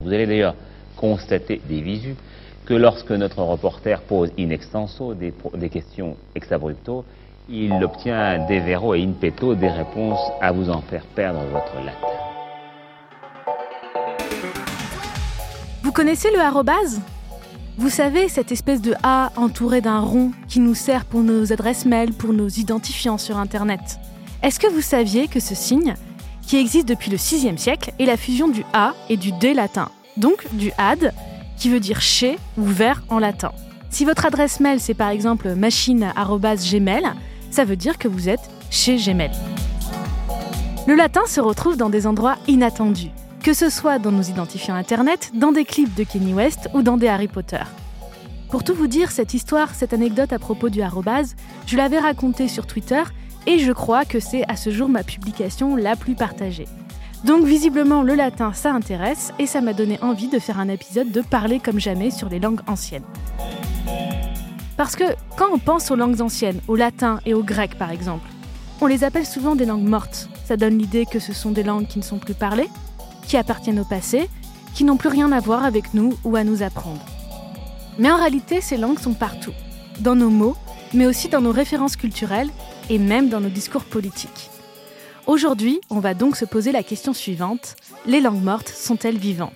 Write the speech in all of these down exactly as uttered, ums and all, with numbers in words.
Vous allez d'ailleurs constater des visus que lorsque notre reporter pose in extenso des, des questions ex abrupto, il obtient des verro et in petto des réponses à vous en faire perdre votre latin. Vous connaissez le arrobase ? Vous savez, cette espèce de A entouré d'un rond qui nous sert pour nos adresses mail, pour nos identifiants sur Internet. Est-ce que vous saviez que ce signe, qui existe depuis le sixième siècle, est la fusion du A et du D latin, donc du ad, qui veut dire chez ou vers en latin. Si votre adresse mail c'est par exemple machine arobase gmail, ça veut dire que vous êtes chez Gmail. Le latin se retrouve dans des endroits inattendus, que ce soit dans nos identifiants Internet, dans des clips de Kanye West ou dans des Harry Potter. Pour tout vous dire, cette histoire, cette anecdote à propos du arrobase, je l'avais racontée sur Twitter et je crois que c'est à ce jour ma publication la plus partagée. Donc visiblement, le latin, ça intéresse et ça m'a donné envie de faire un épisode de Parler comme jamais sur les langues anciennes. Parce que quand on pense aux langues anciennes, au latin et au grec par exemple, on les appelle souvent des langues mortes. Ça donne l'idée que ce sont des langues qui ne sont plus parlées, qui appartiennent au passé, qui n'ont plus rien à voir avec nous ou à nous apprendre. Mais en réalité, ces langues sont partout, dans nos mots, mais aussi dans nos références culturelles et même dans nos discours politiques. Aujourd'hui, on va donc se poser la question suivante, les langues mortes sont-elles vivantes ?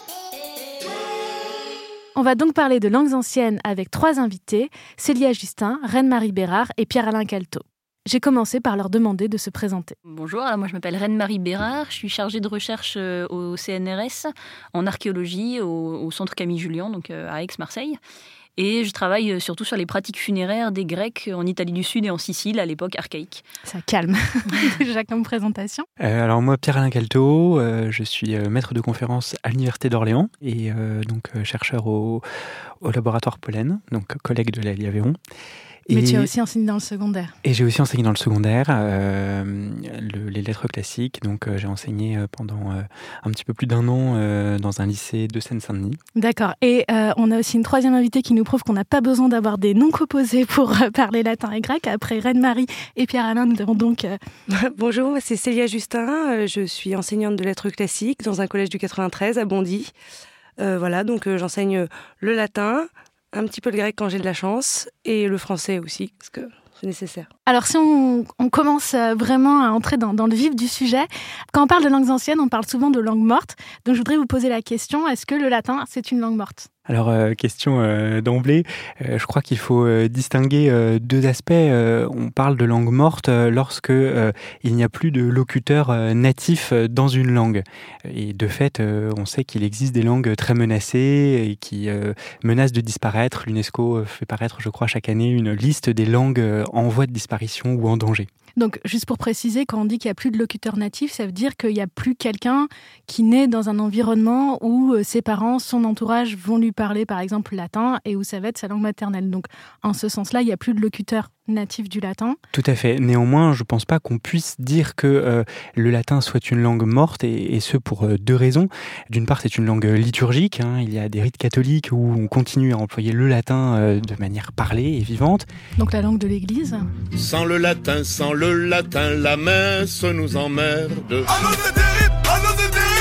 On va donc parler de langues anciennes avec trois invités, Célia Justin, Reine-Marie Bérard et Pierre-Alain Caltot. J'ai commencé par leur demander de se présenter. Bonjour, alors moi je m'appelle Reine-Marie Bérard, je suis chargée de recherche au C N R S en archéologie au, au centre Camille Jullian, donc à Aix-Marseille. Et je travaille surtout sur les pratiques funéraires des Grecs en Italie du Sud et en Sicile à l'époque archaïque. Ça calme déjà comme présentation. Euh, alors moi Pierre-Alain Caltot, euh, je suis maître de conférence à l'Université d'Orléans et euh, donc chercheur au, au laboratoire Pollen, donc collègue de l'A L I Aveyron. Mais et, tu as aussi enseigné dans le secondaire. Et j'ai aussi enseigné dans le secondaire, euh, le, les lettres classiques. Donc euh, j'ai enseigné pendant euh, un petit peu plus d'un an euh, dans un lycée de Seine-Saint-Denis. D'accord. Et euh, on a aussi une troisième invitée qui nous prouve qu'on n'a pas besoin d'avoir des noms composés pour euh, parler latin et grec. Après Reine-Marie et Pierre-Alain, nous avons donc... Euh... Bonjour, c'est Célia Justin. Je suis enseignante de lettres classiques dans un collège du quatre-vingt-treize à Bondy. Euh, voilà, donc euh, j'enseigne le latin, un petit peu le grec quand j'ai de la chance, et le français aussi, parce que c'est nécessaire. Alors si on, on commence vraiment à entrer dans, dans le vif du sujet, quand on parle de langues anciennes, on parle souvent de langues mortes. Donc je voudrais vous poser la question, est-ce que le latin, c'est une langue morte ? Alors, euh, question euh, d'emblée, euh, je crois qu'il faut euh, distinguer euh, deux aspects. Euh, on parle de langue morte euh, lorsque euh, il n'y a plus de locuteur euh, natif euh, dans une langue. Et de fait, euh, on sait qu'il existe des langues très menacées et qui euh, menacent de disparaître. L'UNESCO fait paraître, je crois, chaque année une liste des langues euh, en voie de disparition ou en danger. Donc, juste pour préciser, quand on dit qu'il n'y a plus de locuteur natif, ça veut dire qu'il n'y a plus quelqu'un qui naît dans un environnement où ses parents, son entourage vont lui parler, par exemple, latin et où ça va être sa langue maternelle. Donc, en ce sens-là, il n'y a plus de locuteur natif du latin. Tout à fait. Néanmoins, je ne pense pas qu'on puisse dire que euh, le latin soit une langue morte, et, et ce pour euh, deux raisons. D'une part, c'est une langue liturgique. Hein. Il y a des rites catholiques où on continue à employer le latin euh, de manière parlée et vivante. Donc la langue de l'Église. Sans le latin, sans le latin, la messe nous emmerde. Allons c'est terrible, allons c'est terrible.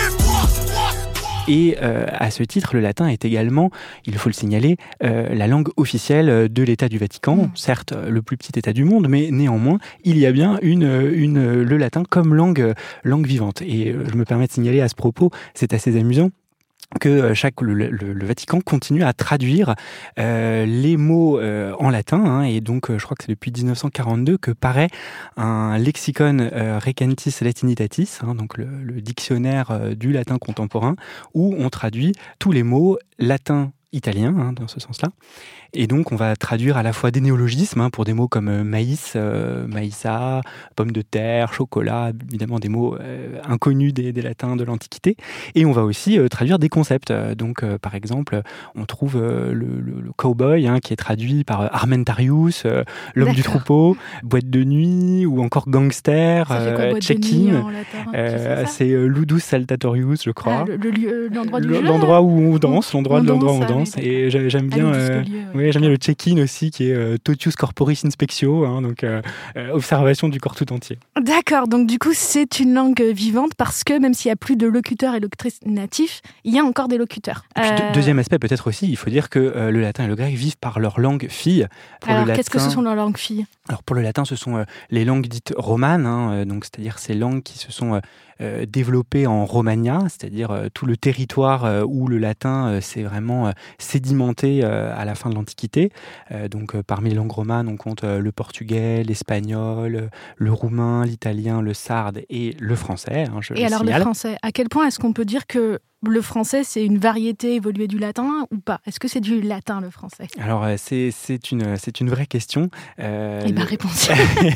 Et euh, à ce titre, le latin est également, il faut le signaler, euh, la langue officielle de l'État du Vatican. Mmh. Certes, le plus petit État du monde, mais néanmoins, il y a bien une, une, le latin comme langue, langue vivante. Et je me permets de signaler à ce propos, c'est assez amusant, que chaque le, le, le Vatican continue à traduire euh, les mots euh, en latin, hein, et donc je crois que c'est depuis dix-neuf cent quarante-deux que paraît un lexicon euh, recentis latinitatis, hein, donc le, le dictionnaire euh, du latin contemporain, où on traduit tous les mots latins italien, hein, dans ce sens-là. Et donc, on va traduire à la fois des néologismes, hein, pour des mots comme euh, maïs, euh, maïssa, pomme de terre, chocolat, évidemment des mots euh, inconnus des, des latins de l'Antiquité. Et on va aussi euh, traduire des concepts. Donc, euh, par exemple, on trouve euh, le, le, le cowboy, hein, qui est traduit par euh, Armentarius, euh, l'homme D'accord. du troupeau, boîte de nuit, ou encore gangster, euh, check-in. C'est euh, ludus saltatorius, je crois. Ah, le, le, l'endroit du le, jeu. L'endroit où on danse, l'endroit, on l'endroit danse, où on danse. sens. Oui, et j'a- j'aime bien, euh, lieu, oui, ouais. j'aime bien le check-in aussi, qui est euh, totius corporis inspectio, hein, donc euh, euh, observation du corps tout entier. D'accord, donc du coup, c'est une langue vivante parce que même s'il n'y a plus de locuteurs et locutrices natifs, il y a encore des locuteurs. Et puis, Euh, de- deuxième aspect, peut-être aussi, il faut dire que euh, le latin et le grec vivent par leur langue fille. Pour Alors, le qu'est-ce que ce latin- sont leurs langues filles? Alors pour le latin, ce sont euh, les langues dites romanes, hein, euh, donc c'est-à-dire ces langues qui se sont euh, euh, développées en Romagna, c'est-à-dire euh, tout le territoire euh, où le latin euh, s'est vraiment euh, sédimenté euh, à la fin de l'Antiquité. Euh, donc euh, parmi les langues romanes, on compte euh, le portugais, l'espagnol, euh, le roumain, l'italien, le sarde et le français. Hein, je Et alors signale. le français, à quel point est-ce qu'on peut dire que le français, c'est une variété évoluée du latin ou pas? Est-ce que c'est du latin, le français? Alors euh, c'est c'est une c'est une vraie question. Euh, Eh ben, le- réponse.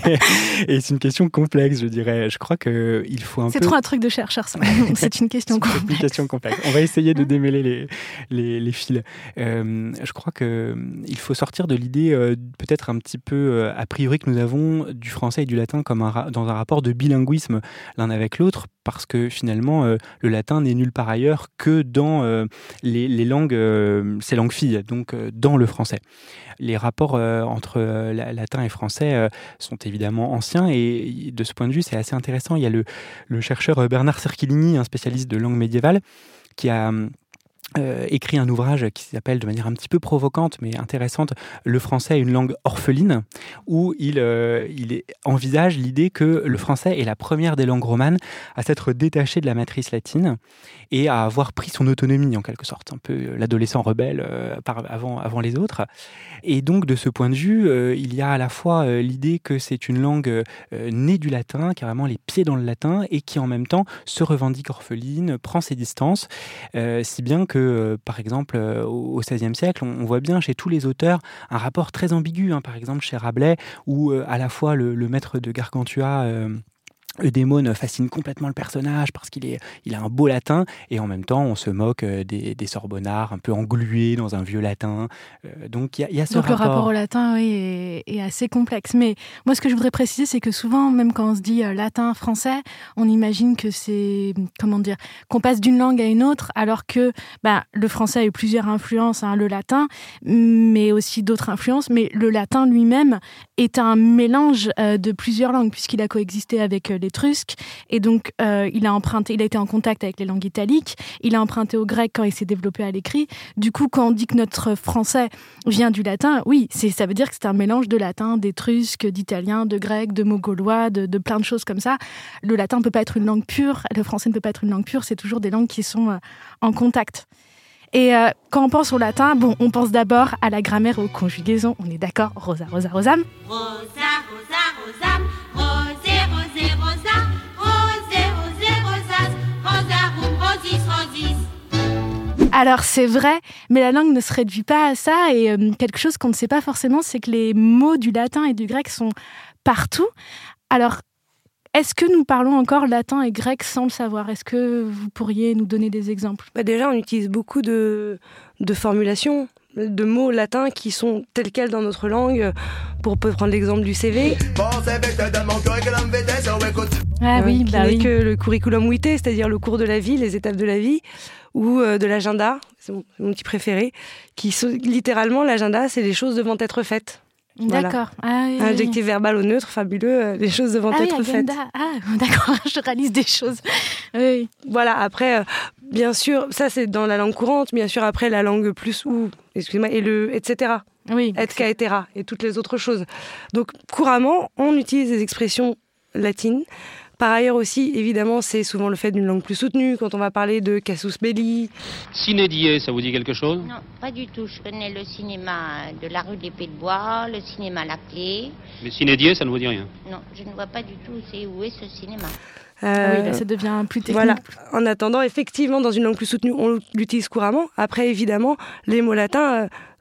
et c'est une question complexe, je dirais. Je crois que il faut un C'est peu. trop un truc de chercheur, ça. C'est une question C'est une complexe. question complexe. On va essayer de démêler les, les, les fils. Euh, je crois qu'il faut sortir de l'idée euh, peut-être un petit peu euh, a priori que nous avons du français et du latin comme un ra- dans un rapport de bilinguisme l'un avec l'autre, parce que finalement euh, le latin n'est nulle part ailleurs que dans euh, les, les langues, euh, ces langues filles, donc euh, dans le français. Les rapports euh, entre euh, la- latin et français euh, sont évidemment anciens et de ce point de vue, c'est assez intéressant. Il y a le, le chercheur euh, Bernard Cerchilini, un spécialiste de langue médiévale, qui a euh, écrit un ouvrage qui s'appelle de manière un petit peu provocante mais intéressante « Le français est une langue orpheline » où il, euh, il est- envisage l'idée que le français est la première des langues romanes à s'être détaché de la matrice latine et à avoir pris son autonomie en quelque sorte, un peu l'adolescent rebelle euh, par, avant, avant les autres. Et donc de ce point de vue, euh, il y a à la fois euh, l'idée que c'est une langue euh, née du latin, qui a vraiment les pieds dans le latin et qui en même temps se revendique orpheline, prend ses distances, euh, si bien que, euh, par exemple, euh, au seizième siècle, on, on voit bien chez tous les auteurs un rapport très ambigu, hein, par exemple chez Rabelais, où euh, à la fois le, le maître de Gargantua... Euh, Eudémone fascine complètement le personnage parce qu'il est, il a un beau latin et en même temps on se moque euh, des, des Sorbonnards un peu englués dans un vieux latin. Euh, donc il y a, il y a ce Donc rapport. le rapport au latin, oui, est, est assez complexe. Mais moi, ce que je voudrais préciser, c'est que souvent, même quand on se dit euh, latin, français, on imagine que c'est, comment dire, qu'on passe d'une langue à une autre, alors que bah, le français a eu plusieurs influences, hein, le latin, mais aussi d'autres influences. Mais le latin lui-même est un mélange euh, de plusieurs langues, puisqu'il a coexisté avec euh, l'étrusque, et donc euh, il a emprunté, il a été en contact avec les langues italiques, il a emprunté au grec quand il s'est développé à l'écrit. Du coup, quand on dit que notre français vient du latin, oui, c'est, ça veut dire que c'est un mélange de latin, d'étrusque, d'italien, de grec, de mot gaulois, de, de plein de choses comme ça. Le latin ne peut pas être une langue pure, le français ne peut pas être une langue pure, c'est toujours des langues qui sont euh, en contact. Et euh, quand on pense au latin, bon, on pense d'abord à la grammaire et aux conjugaisons. On est d'accord, rosa, rosa, rosam. Rosa, rosa, rosam, rosé, rosé, rosa, rosé, rosé, rosas, rosarum, rosis, rosis. Alors c'est vrai, mais la langue ne se réduit pas à ça. Et euh, quelque chose qu'on ne sait pas forcément, c'est que les mots du latin et du grec sont partout. Alors, est-ce que nous parlons encore latin et grec sans le savoir? Est-ce que vous pourriez nous donner des exemples? Bah déjà, on utilise beaucoup de, de formulations, de mots latins qui sont tels quels dans notre langue. Pour prendre l'exemple du C V, Ah euh, oui, qui bah n'est oui. que le curriculum vitae, c'est-à-dire le cours de la vie, les étapes de la vie, ou euh, de l'agenda, c'est mon, mon petit préféré, qui sont littéralement, l'agenda, c'est les choses devant être faites. Voilà. D'accord. Ah, oui, oui. Adjectif verbal au neutre, fabuleux, euh, les choses devant Ah oui, être faites. agenda. Ah, d'accord, je réalise des choses. Oui. Voilà, après, euh, bien sûr, ça c'est dans la langue courante, bien sûr, après la langue plus ou, excusez-moi, et le et cetera. Oui. Et caetera, et toutes les autres choses. Donc, couramment, on utilise des expressions latines. Par ailleurs aussi, évidemment, c'est souvent le fait d'une langue plus soutenue, quand on va parler de casus belli. Ciné-Dié, ça vous dit quelque chose? Non, pas du tout. Je connais le cinéma de la rue de l'Épée de Bois, le cinéma La Clé. Mais Ciné-Dié, ça ne vous dit rien? Non, je ne vois pas du tout c'est où est ce cinéma. Ah Euh, oui, là, ça devient plus technique. Voilà. En attendant, effectivement, dans une langue plus soutenue, on l'utilise couramment. Après, évidemment, les mots latins euh,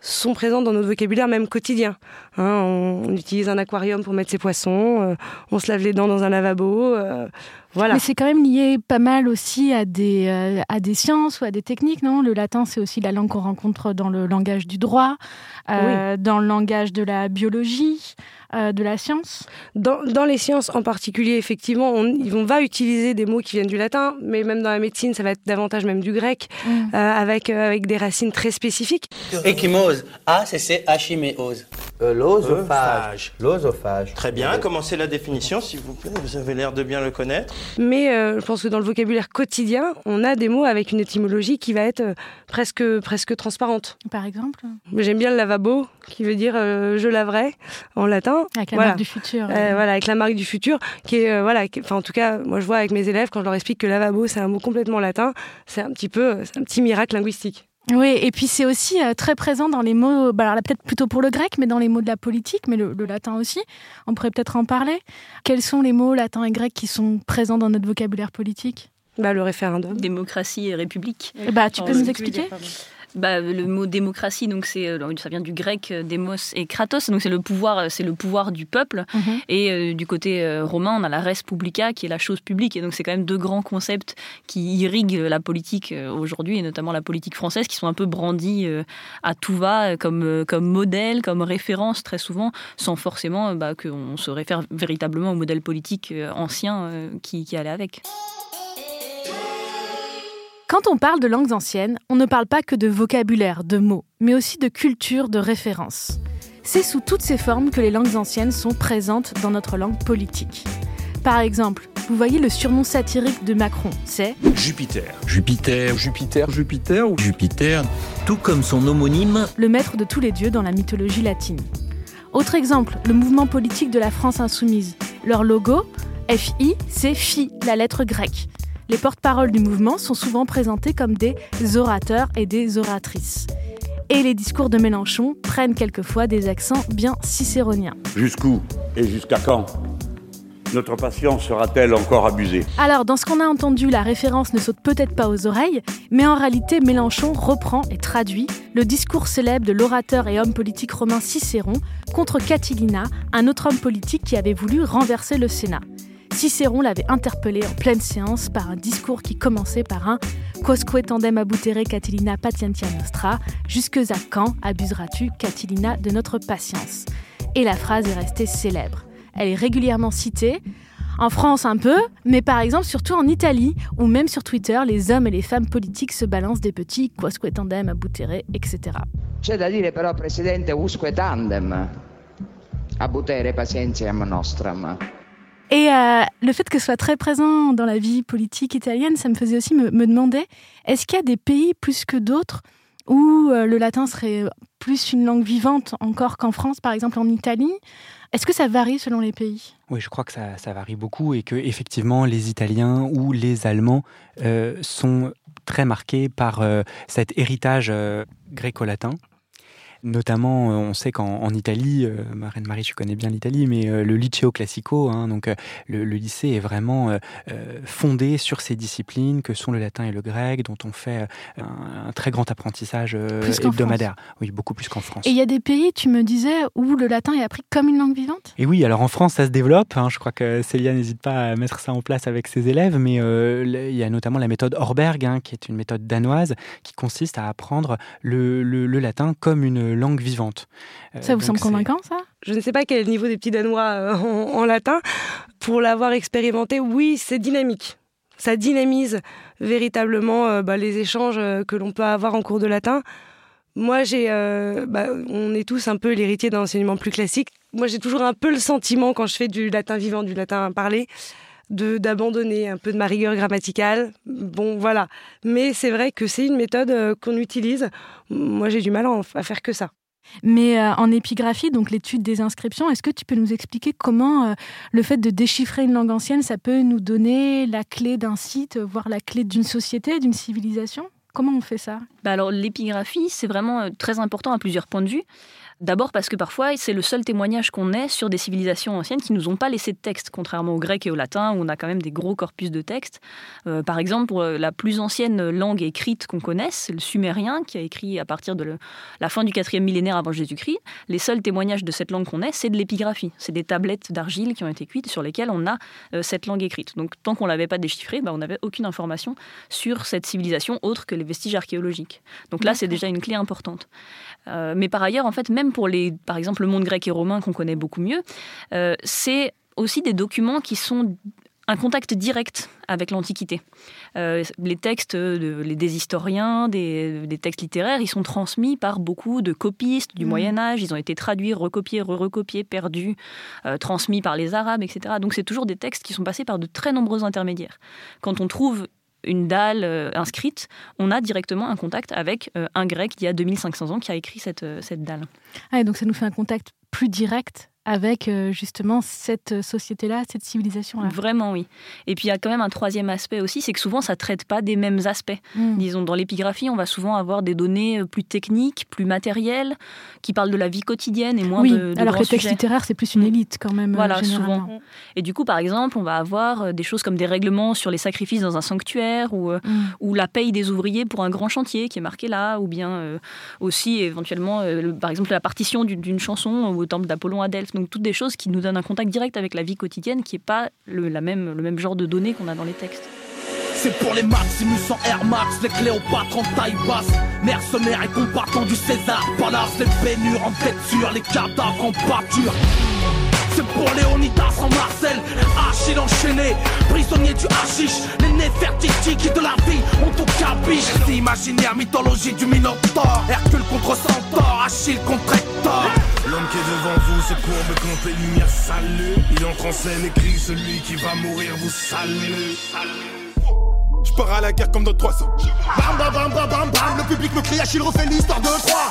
sont présents dans notre vocabulaire même quotidien. Hein, on, on utilise un aquarium pour mettre ses poissons, euh, on se lave les dents dans un lavabo, euh, voilà. Mais c'est quand même lié pas mal aussi à des, euh, à des sciences ou à des techniques, non ? Le latin, c'est aussi la langue qu'on rencontre dans le langage du droit, euh, oui. dans le langage de la biologie, euh, de la science. Dans, dans les sciences en particulier, effectivement, on, on va utiliser des mots qui viennent du latin, mais même dans la médecine, ça va être davantage même du grec, mmh. euh, avec, euh, avec des racines très spécifiques. Ecchymose, A C C H I M E O S. Euh, l'osophage. L'osophage. Très bien, commencez la définition, s'il vous plaît. Vous avez l'air de bien le connaître. Mais euh, je pense que dans le vocabulaire quotidien, on a des mots avec une étymologie qui va être euh, presque, presque transparente. Par exemple ? J'aime bien le lavabo, qui veut dire euh, je laverai en latin. Avec la voilà. marque du futur. Euh, euh... Voilà, avec la marque du futur, qui est euh, voilà, qui, enfin en tout cas, moi je vois avec mes élèves quand je leur explique que lavabo c'est un mot complètement latin, c'est un petit peu, c'est un petit miracle linguistique. Oui, et puis c'est aussi euh, très présent dans les mots, bah alors là peut-être plutôt pour le grec, mais dans les mots de la politique, mais le, le latin aussi. On pourrait peut-être en parler. Quels sont les mots latins et grecs qui sont présents dans notre vocabulaire politique ? Bah, le référendum. Démocratie et république. Bah, tu peux nous expliquer ? Bah, le mot démocratie, donc c'est, ça vient du grec démos et kratos, donc c'est le pouvoir, c'est le pouvoir du peuple. Mm-hmm. Et euh, du côté euh, romain, on a la res publica, qui est la chose publique. Et donc c'est quand même deux grands concepts qui irriguent la politique euh, aujourd'hui, et notamment la politique française, qui sont un peu brandis euh, à tout va comme euh, comme modèle, comme référence très souvent, sans forcément bah, qu'on se réfère véritablement au modèle politique euh, ancien euh, qui, qui allait avec. Quand on parle de langues anciennes, on ne parle pas que de vocabulaire, de mots, mais aussi de culture, de référence. C'est sous toutes ces formes que les langues anciennes sont présentes dans notre langue politique. Par exemple, vous voyez le surnom satirique de Macron, c'est Jupiter. Jupiter, Jupiter, Jupiter ou Jupiter, tout comme son homonyme, le maître de tous les dieux dans la mythologie latine. Autre exemple, le mouvement politique de la France insoumise. Leur logo, F I, c'est Phi, la lettre grecque. Les porte-paroles du mouvement sont souvent présentés comme des orateurs et des oratrices. Et les discours de Mélenchon prennent quelquefois des accents bien cicéroniens. Jusqu'où et jusqu'à quand ? Notre patience sera-t-elle encore abusée ? Alors, dans ce qu'on a entendu, la référence ne saute peut-être pas aux oreilles, mais en réalité, Mélenchon reprend et traduit le discours célèbre de l'orateur et homme politique romain Cicéron contre Catilina, un autre homme politique qui avait voulu renverser le Sénat. Cicéron l'avait interpellé en pleine séance par un discours qui commençait par un « Quosque tandem abutere Catilina patientia nostra »« Jusque à quand abuseras-tu, Catilina, de notre patience ?» Et la phrase est restée célèbre. Elle est régulièrement citée, en France un peu, mais par exemple surtout en Italie, où même sur Twitter, les hommes et les femmes politiques se balancent des petits « Quosque tandem abutere », et cetera. C'è da dire però, Presidente, usque tandem abutere patientiam nostram. Et euh, le fait que ce soit très présent dans la vie politique italienne, ça me faisait aussi me, me demander, est-ce qu'il y a des pays plus que d'autres où euh, le latin serait plus une langue vivante encore qu'en France, par exemple en Italie ? Est-ce que ça varie selon les pays ? Oui, je crois que ça, ça varie beaucoup et que effectivement les Italiens ou les Allemands euh, sont très marqués par euh, cet héritage euh, gréco-latin. Notamment, on sait qu'en en Italie, euh, Reine-Marie, tu connais bien l'Italie, mais euh, le Liceo Classico, hein, donc euh, le, le lycée est vraiment euh, fondé sur ces disciplines que sont le latin et le grec, dont on fait euh, un, un très grand apprentissage euh, hebdomadaire. Oui, beaucoup plus qu'en France. Et il y a des pays, tu me disais, où le latin est appris comme une langue vivante ? Et oui, alors en France, ça se développe. Hein, je crois que Célia n'hésite pas à mettre ça en place avec ses élèves, mais euh, il y a notamment la méthode Orberg, hein, qui est une méthode danoise, qui consiste à apprendre le, le, le latin comme une langue vivante. Ça euh, vous semble c'est... convaincant, ça ? Je ne sais pas quel est le niveau des petits Danois euh, en, en latin. Pour l'avoir expérimenté, oui, c'est dynamique. Ça dynamise véritablement euh, bah, les échanges euh, que l'on peut avoir en cours de latin. Moi, j'ai, euh, bah, on est tous un peu l'héritier d'un enseignement plus classique. Moi, j'ai toujours un peu le sentiment, quand je fais du latin vivant, du latin parlé, de, d'abandonner un peu de ma rigueur grammaticale. Bon, voilà. Mais c'est vrai que c'est une méthode euh, qu'on utilise. Moi, j'ai du mal à, à faire que ça. Mais euh, en épigraphie, donc l'étude des inscriptions, est-ce que tu peux nous expliquer comment euh, le fait de déchiffrer une langue ancienne, ça peut nous donner la clé d'un site, voire la clé d'une société, d'une civilisation ? Comment on fait ça ? Bah alors, l'épigraphie, c'est vraiment très important à plusieurs points de vue. D'abord parce que parfois, c'est le seul témoignage qu'on ait sur des civilisations anciennes qui ne nous ont pas laissé de texte, contrairement au grec et au latin, où on a quand même des gros corpus de textes. Euh, par exemple, pour la plus ancienne langue écrite qu'on connaisse, c'est le sumérien, qui a écrit à partir de le, la fin du quatrième millénaire avant Jésus-Christ. Les seuls témoignages de cette langue qu'on ait, c'est de l'épigraphie. C'est des tablettes d'argile qui ont été cuites sur lesquelles on a euh, cette langue écrite. Donc, tant qu'on ne l'avait pas déchiffrée, bah, on n'avait aucune information sur cette civilisation autre que les vestiges archéologiques. Donc là, D'accord. c'est déjà une clé importante. Euh, mais par ailleurs, en fait, même pour les, par exemple, le monde grec et romain qu'on connaît beaucoup mieux, euh, c'est aussi des documents qui sont un contact direct avec l'Antiquité. Euh, les textes de, les, des historiens, des, des textes littéraires, ils sont transmis par beaucoup de copistes du mmh. Moyen-Âge. Ils ont été traduits, recopiés, re-recopiés, perdus, euh, transmis par les Arabes, et cetera. Donc c'est toujours des textes qui sont passés par de très nombreux intermédiaires. Quand on trouve une dalle euh, inscrite, on a directement un contact avec euh, un grec d'il y a deux mille cinq cents ans qui a écrit cette, euh, cette dalle. Ah, et donc ça nous fait un contact plus direct avec euh, justement cette société-là, cette civilisation-là. Vraiment, oui. Et puis il y a quand même un troisième aspect aussi, c'est que souvent ça ne traite pas des mêmes aspects. Mmh. Disons, dans l'épigraphie, on va souvent avoir des données plus techniques, plus matérielles, qui parlent de la vie quotidienne et moins oui, de, de alors que le texte sujets. littéraire, c'est plus une élite quand même. Voilà, euh, souvent. Et du coup, par exemple, on va avoir des choses comme des règlements sur les sacrifices dans un sanctuaire ou, mmh. ou la paye des ouvriers pour un grand chantier qui est marqué là, ou bien euh, aussi éventuellement, euh, le, par exemple, la partition d'une, d'une chanson au temple d'Apollon à Delphes. Donc toutes des choses qui nous donnent un contact direct avec la vie quotidienne qui n'est pas le, la même, le même genre de données qu'on a dans les textes. C'est pour les Maximus en Air Max, les Cléopâtres en taille basse, mercenaires et combattants du César Palace, les baignures en têture, les cadavres en pâture. C'est pour Léonidas en Marcel, Achille enchaîné, prisonnier du hashish, les Néfertiti qui de la vie ont tout capiche. C'est imaginaire, mythologie du Minotaure, Hercule contre Centaure, Achille contre Hector. L'homme qui est devant vous se courbe contre les lumières saluent. Il entre en scène et crie celui qui va mourir vous salue. Je pars à la guerre comme dans trois cents. Bam bam bam bam bam bam. Le public me crie, Achille refait l'histoire de Troie.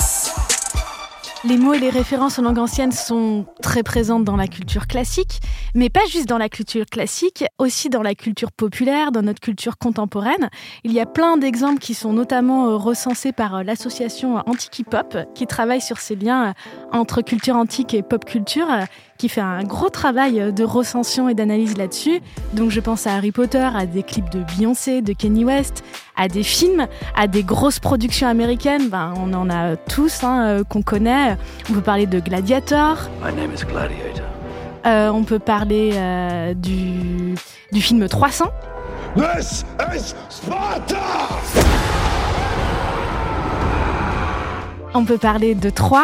Les mots et les références en langue ancienne sont très présentes dans la culture classique, mais pas juste dans la culture classique, aussi dans la culture populaire, dans notre culture contemporaine. Il y a plein d'exemples qui sont notamment recensés par l'association Antiquipop, qui travaille sur ces liens entre culture antique et pop culture, qui fait un gros travail de recension et d'analyse là-dessus. Donc je pense à Harry Potter, à des clips de Beyoncé, de Kanye West, à des films, à des grosses productions américaines. Ben, on en a tous hein, qu'on connaît. On peut parler de Gladiator. My name is Gladiator. Euh, on peut parler euh, du, du film trois cents. This is Sparta! On peut parler de Troie.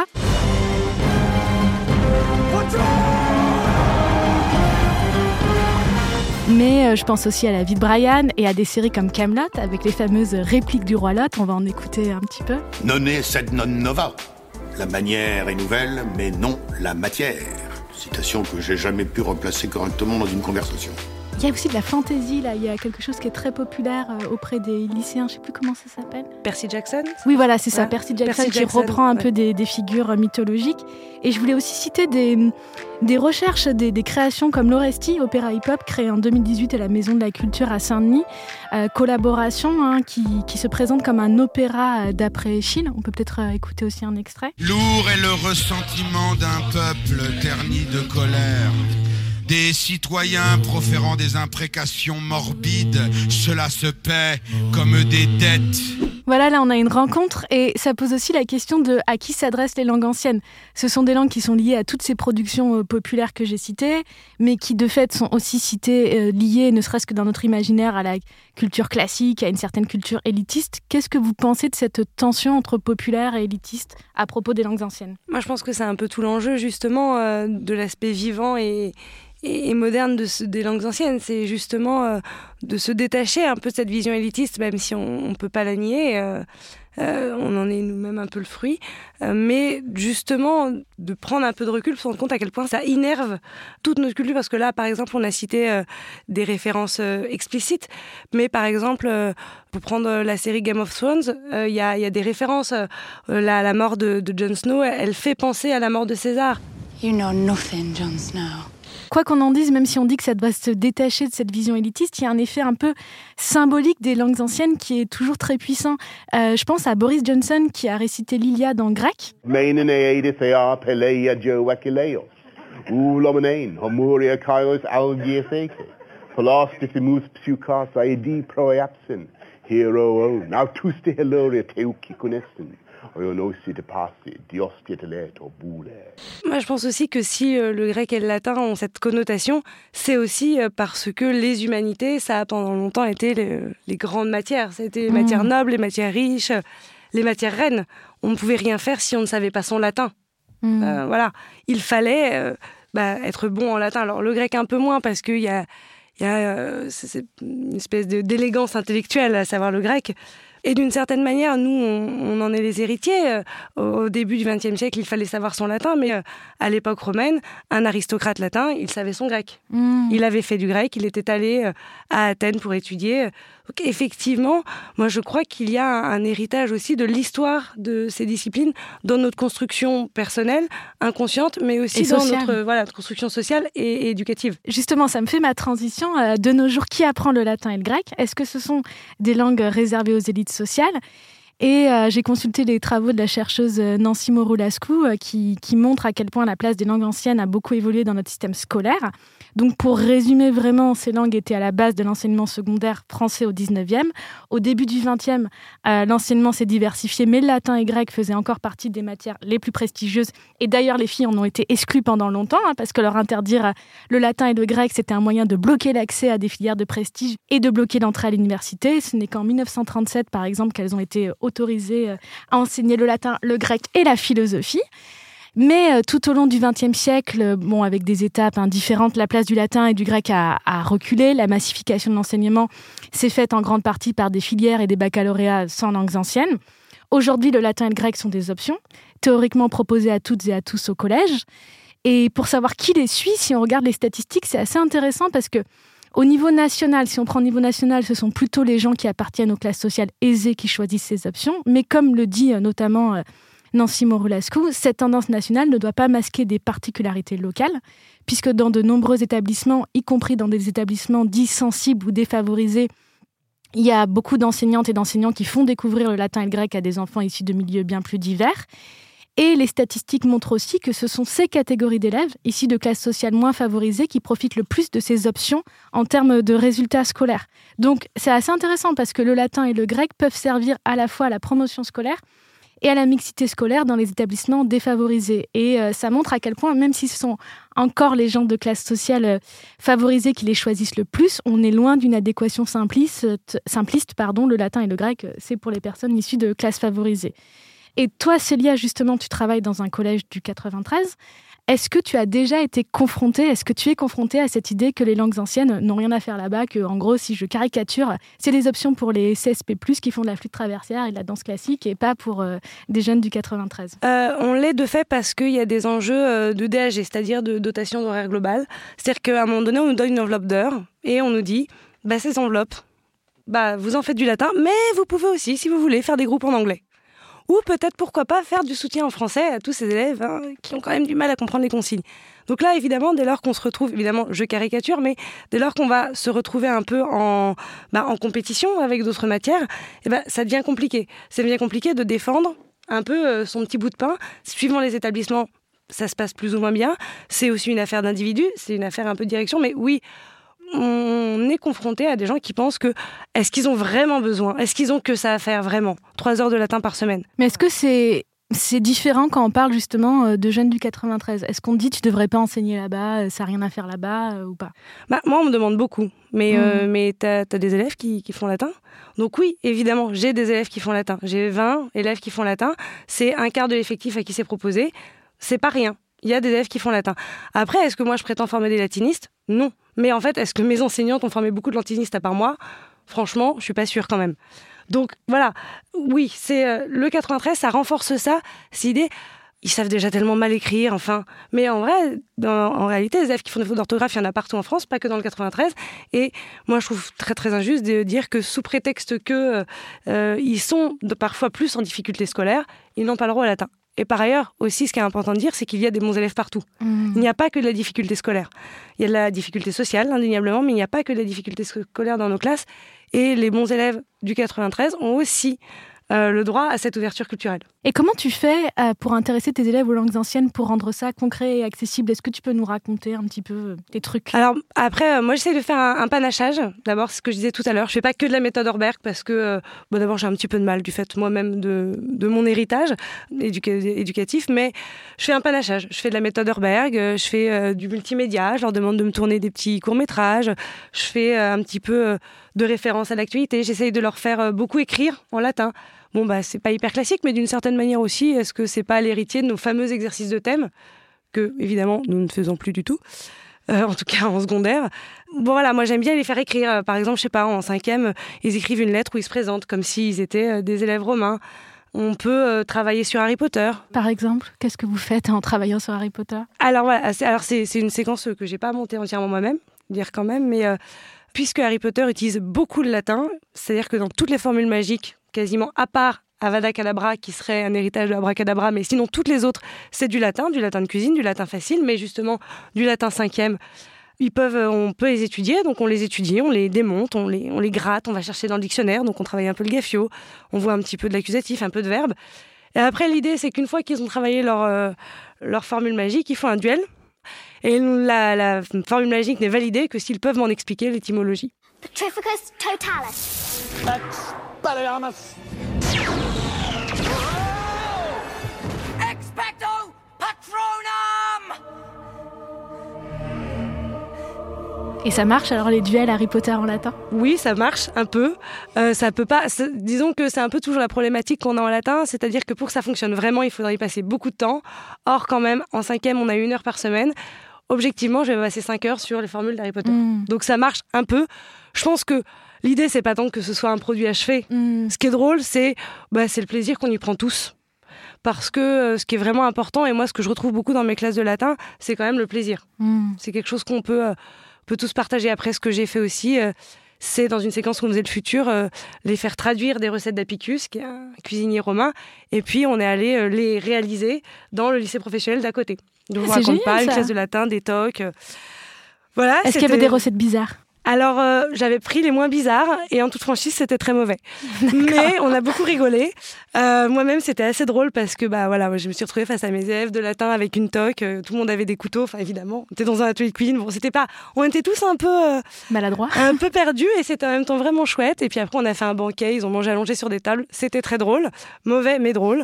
Mais euh, je pense aussi à la vie de Brian et à des séries comme Camelot avec les fameuses répliques du roi Lot. On va en écouter un petit peu. Nonne sed non nova. La manière est nouvelle, mais non la matière. Citation que j'ai jamais pu replacer correctement dans une conversation. Il y a aussi de la fantaisie, là. Il y a quelque chose qui est très populaire euh, auprès des lycéens. Je ne sais plus comment ça s'appelle. Percy Jackson. Oui, voilà, c'est ça. Ouais. Percy Jackson, Percy qui Jackson, reprend un ouais. peu des, des figures mythologiques. Et je voulais aussi citer des, des recherches, des, des créations comme l'Oresti, opéra hip-hop, créé en deux mille dix-huit à la Maison de la Culture à Saint-Denis. Euh, collaboration hein, qui, qui se présente comme un opéra d'après Échille. On peut peut-être euh, écouter aussi un extrait. Lourd est le ressentiment d'un peuple terni de colère. Des citoyens proférant des imprécations morbides, cela se paie comme des dettes. Voilà, là on a une rencontre et ça pose aussi la question de à qui s'adressent les langues anciennes. Ce sont des langues qui sont liées à toutes ces productions populaires que j'ai citées, mais qui de fait sont aussi citées, euh, liées ne serait-ce que dans notre imaginaire à la culture classique, à une certaine culture élitiste. Qu'est-ce que vous pensez de cette tension entre populaire et élitiste à propos des langues anciennes ? Moi je pense que c'est un peu tout l'enjeu justement euh, de l'aspect vivant et... et moderne de ce, des langues anciennes, c'est justement euh, de se détacher un peu de cette vision élitiste, même si on ne peut pas la nier, euh, euh, on en est nous-mêmes un peu le fruit, euh, mais justement de prendre un peu de recul pour se rendre compte à quel point ça innerve toute notre culture, parce que là, par exemple, on a cité euh, des références euh, explicites, mais par exemple, euh, pour prendre la série Game of Thrones, il euh, y, y a des références, euh, la, la mort de, de Jon Snow, elle fait penser à la mort de César. You know nothing, Jon Snow. Quoi qu'on en dise, même si on dit que ça doit se détacher de cette vision élitiste, il y a un effet un peu symbolique des langues anciennes qui est toujours très puissant. Euh, je pense à Boris Johnson qui a récité l'Iliade en grec. Moi, je pense aussi que si euh, le grec et le latin ont cette connotation, c'est aussi euh, parce que les humanités, ça a pendant longtemps été les, les grandes matières. C'était les mmh. matières nobles, les matières riches, les matières reines. On ne pouvait rien faire si on ne savait pas son latin. Mmh. Euh, voilà, il fallait euh, bah, être bon en latin. Alors le grec un peu moins parce qu'il y a, y a euh, c'est, c'est une espèce de, d'élégance intellectuelle à savoir le grec. Et d'une certaine manière, nous, on, on en est les héritiers. Au début du vingtième siècle, il fallait savoir son latin, mais à l'époque romaine, un aristocrate latin, il savait son grec. Mmh. Il avait fait du grec, il était allé à Athènes pour étudier. Donc effectivement, moi je crois qu'il y a un, un héritage aussi de l'histoire de ces disciplines dans notre construction personnelle, inconsciente, mais aussi et dans sociale. notre voilà, construction sociale et, et éducative. Justement, ça me fait ma transition. De nos jours, qui apprend le latin et le grec ? Est-ce que ce sont des langues réservées aux élites sociales ? Et euh, j'ai consulté les travaux de la chercheuse Nancy Moreau-Lascou euh, qui, qui montre à quel point la place des langues anciennes a beaucoup évolué dans notre système scolaire. Donc pour résumer vraiment, ces langues étaient à la base de l'enseignement secondaire français au dix-neuvième. Au début du vingtième, euh, l'enseignement s'est diversifié, mais le latin et grec faisaient encore partie des matières les plus prestigieuses. Et d'ailleurs, les filles en ont été exclues pendant longtemps, hein, parce que leur interdire le latin et le grec, c'était un moyen de bloquer l'accès à des filières de prestige et de bloquer l'entrée à l'université. Ce n'est qu'en dix-neuf cent trente-sept, par exemple, qu'elles ont été autorisées à enseigner le latin, le grec et la philosophie. Mais euh, tout au long du vingtième siècle, bon, avec des étapes hein, différentes, la place du latin et du grec a, a reculé. La massification de l'enseignement s'est faite en grande partie par des filières et des baccalauréats sans langues anciennes. Aujourd'hui, le latin et le grec sont des options, théoriquement proposées à toutes et à tous au collège. Et pour savoir qui les suit, si on regarde les statistiques, c'est assez intéressant parce que au niveau national, si on prend au niveau national, ce sont plutôt les gens qui appartiennent aux classes sociales aisées qui choisissent ces options. Mais comme le dit euh, notamment euh, Nancy Moreau-Lascou, cette tendance nationale ne doit pas masquer des particularités locales, puisque dans de nombreux établissements, y compris dans des établissements dits sensibles ou défavorisés, il y a beaucoup d'enseignantes et d'enseignants qui font découvrir le latin et le grec à des enfants issus de milieux bien plus divers. Et les statistiques montrent aussi que ce sont ces catégories d'élèves, issus de classes sociales moins favorisées, qui profitent le plus de ces options en termes de résultats scolaires. Donc c'est assez intéressant parce que le latin et le grec peuvent servir à la fois à la promotion scolaire et à la mixité scolaire dans les établissements défavorisés. Et euh, ça montre à quel point, même si ce sont encore les gens de classe sociale euh, favorisées qui les choisissent le plus, on est loin d'une adéquation simpliste. simpliste pardon, le latin et le grec, c'est pour les personnes issues de classes favorisées. Et toi, Célia, justement, tu travailles dans un collège du quatre-vingt-treize. Est-ce que tu as déjà été confrontée, est-ce que tu es confrontée à cette idée que les langues anciennes n'ont rien à faire là-bas, que, en gros, si je caricature, c'est des options pour les C S P plus, qui font de la flûte traversière et de la danse classique, et pas pour euh, des jeunes du quatre-vingt-treize? euh, On l'est de fait parce qu'il y a des enjeux euh, de D A G, c'est-à-dire de dotation d'horaire globale. C'est-à-dire qu'à un moment donné, on nous donne une enveloppe d'heures, et on nous dit, bah, ces enveloppes, bah, vous en faites du latin, mais vous pouvez aussi, si vous voulez, faire des groupes en anglais. Ou peut-être, pourquoi pas, faire du soutien en français à tous ces élèves hein, qui ont quand même du mal à comprendre les consignes. Donc là, évidemment, dès lors qu'on se retrouve, évidemment, je caricature, mais dès lors qu'on va se retrouver un peu en, bah, en compétition avec d'autres matières, eh ben, ça devient compliqué. Ça devient compliqué de défendre un peu euh, son petit bout de pain. Suivant les établissements, ça se passe plus ou moins bien. C'est aussi une affaire d'individu, c'est une affaire un peu de direction, mais oui, on est confronté à des gens qui pensent que est-ce qu'ils ont vraiment besoin ? Est-ce qu'ils ont que ça à faire vraiment ? Trois heures de latin par semaine. Mais est-ce que c'est, c'est différent quand on parle justement de jeunes du quatre-vingt-treize ? Est-ce qu'on dit tu devrais pas enseigner là-bas, ça n'a rien à faire là-bas euh, ou pas ? Bah, moi, on me demande beaucoup. Mais, mmh. euh, mais t'as, t'as des élèves qui, qui font latin ? Donc oui, évidemment, j'ai des élèves qui font latin. J'ai vingt élèves qui font latin. C'est un quart de l'effectif à qui c'est proposé. C'est pas rien. Il y a des élèves qui font latin. Après, est-ce que moi, je prétends former des latinistes ? Non. Mais en fait, est-ce que mes enseignantes ont formé beaucoup de latinistes à part moi ? Franchement, je suis pas sûre quand même. Donc voilà, oui, c'est euh, le quatre-vingt-treize, ça renforce ça, cette idée. Ils savent déjà tellement mal écrire, enfin. Mais en vrai, dans, en réalité, les élèves qui font des fautes d'orthographe, il y en a partout en France, pas que dans le quatre-vingt-treize. Et moi, je trouve très très injuste de dire que sous prétexte que euh, ils sont de, parfois plus en difficulté scolaire, ils n'ont pas le droit au latin. Et par ailleurs, aussi, ce qui est important de dire, c'est qu'il y a des bons élèves partout. Mmh. Il n'y a pas que de la difficulté scolaire. Il y a de la difficulté sociale, indéniablement, mais il n'y a pas que de la difficulté scolaire dans nos classes. Et les bons élèves du quatre-vingt-treize ont aussi euh, le droit à cette ouverture culturelle. Et comment tu fais euh, pour intéresser tes élèves aux langues anciennes, pour rendre ça concret et accessible ? Est-ce que tu peux nous raconter un petit peu euh, tes trucs ? Alors après, euh, moi j'essaie de faire un, un panachage. D'abord, ce que je disais tout à l'heure, je fais pas que de la méthode Orberg parce que, euh, bon, d'abord j'ai un petit peu de mal du fait moi-même de, de mon héritage éduca- éducatif, mais je fais un panachage. Je fais de la méthode Orberg, euh, je fais euh, du multimédia, je leur demande de me tourner des petits courts-métrages, je fais euh, un petit peu euh, de référence à l'actualité, j'essaye de leur faire euh, beaucoup écrire en latin. Bon, bah, c'est pas hyper classique, mais d'une certaine manière aussi, est-ce que c'est pas l'héritier de nos fameux exercices de thème, que, évidemment, nous ne faisons plus du tout, euh, en tout cas en secondaire. Bon, voilà, moi, j'aime bien les faire écrire. Par exemple, je sais pas, en cinquième, ils écrivent une lettre où ils se présentent, comme s'ils étaient euh, des élèves romains. On peut euh, travailler sur Harry Potter. Par exemple, qu'est-ce que vous faites en travaillant sur Harry Potter ? Alors, voilà, c'est, alors c'est, c'est une séquence que j'ai pas montée entièrement moi-même, dire quand même, mais euh, puisque Harry Potter utilise beaucoup le latin, c'est-à-dire que dans toutes les formules magiques, quasiment à part Avada Kedavra, qui serait un héritage de Abracadabra, mais sinon toutes les autres, c'est du latin, du latin de cuisine, du latin facile, mais justement du latin cinquième. Ils peuvent, on peut les étudier, donc on les étudie, on les démonte, on les, on les gratte, on va chercher dans le dictionnaire, donc on travaille un peu le gaffio, on voit un petit peu de l'accusatif, un peu de verbe. Et après, l'idée, c'est qu'une fois qu'ils ont travaillé leur, euh, leur formule magique, ils font un duel. Et la, la formule magique n'est validée que s'ils peuvent m'en expliquer l'étymologie. Petrificus totalis. Expelliarmus. Expecto Patronum. Et ça marche alors les duels Harry Potter en latin ? Oui, ça marche un peu. Euh, ça peut pas. Disons que c'est un peu toujours la problématique qu'on a en latin, c'est-à-dire que pour que ça fonctionne vraiment, il faudrait y passer beaucoup de temps. Or, quand même, en cinquième, on a une heure par semaine. Objectivement, je vais passer cinq heures sur les formules d'Harry Potter. Mmh. Donc ça marche un peu. Je pense que l'idée, c'est pas tant que ce soit un produit achevé. Mmh. Ce qui est drôle, c'est, bah, c'est le plaisir qu'on y prend tous. Parce que euh, ce qui est vraiment important, et moi, ce que je retrouve beaucoup dans mes classes de latin, c'est quand même le plaisir. Mmh. C'est quelque chose qu'on peut, euh, peut tous partager. Après, ce que j'ai fait aussi, euh, c'est dans une séquence qu'on faisait le futur, euh, les faire traduire des recettes d'Apicus, qui est un cuisinier romain, et puis on est allé euh, les réaliser dans le lycée professionnel d'à côté. Donc, on ne raconte pas, une classe de latin, des tocs. Euh, voilà, Est-ce qu'il y avait des recettes bizarres ? Alors, euh, j'avais pris les moins bizarres et en toute franchise, c'était très mauvais. D'accord. Mais on a beaucoup rigolé. Euh, moi-même, c'était assez drôle parce que bah, voilà, je me suis retrouvée face à mes élèves de latin avec une toque. Euh, tout le monde avait des couteaux. Enfin, évidemment, on était dans un atelier de cuisine. Bon, c'était pas... On était tous un peu... Euh, maladroits. Un peu perdus et c'était en même temps vraiment chouette. Et puis après, on a fait un banquet. Ils ont mangé allongés sur des tables. C'était très drôle. Mauvais, mais drôle.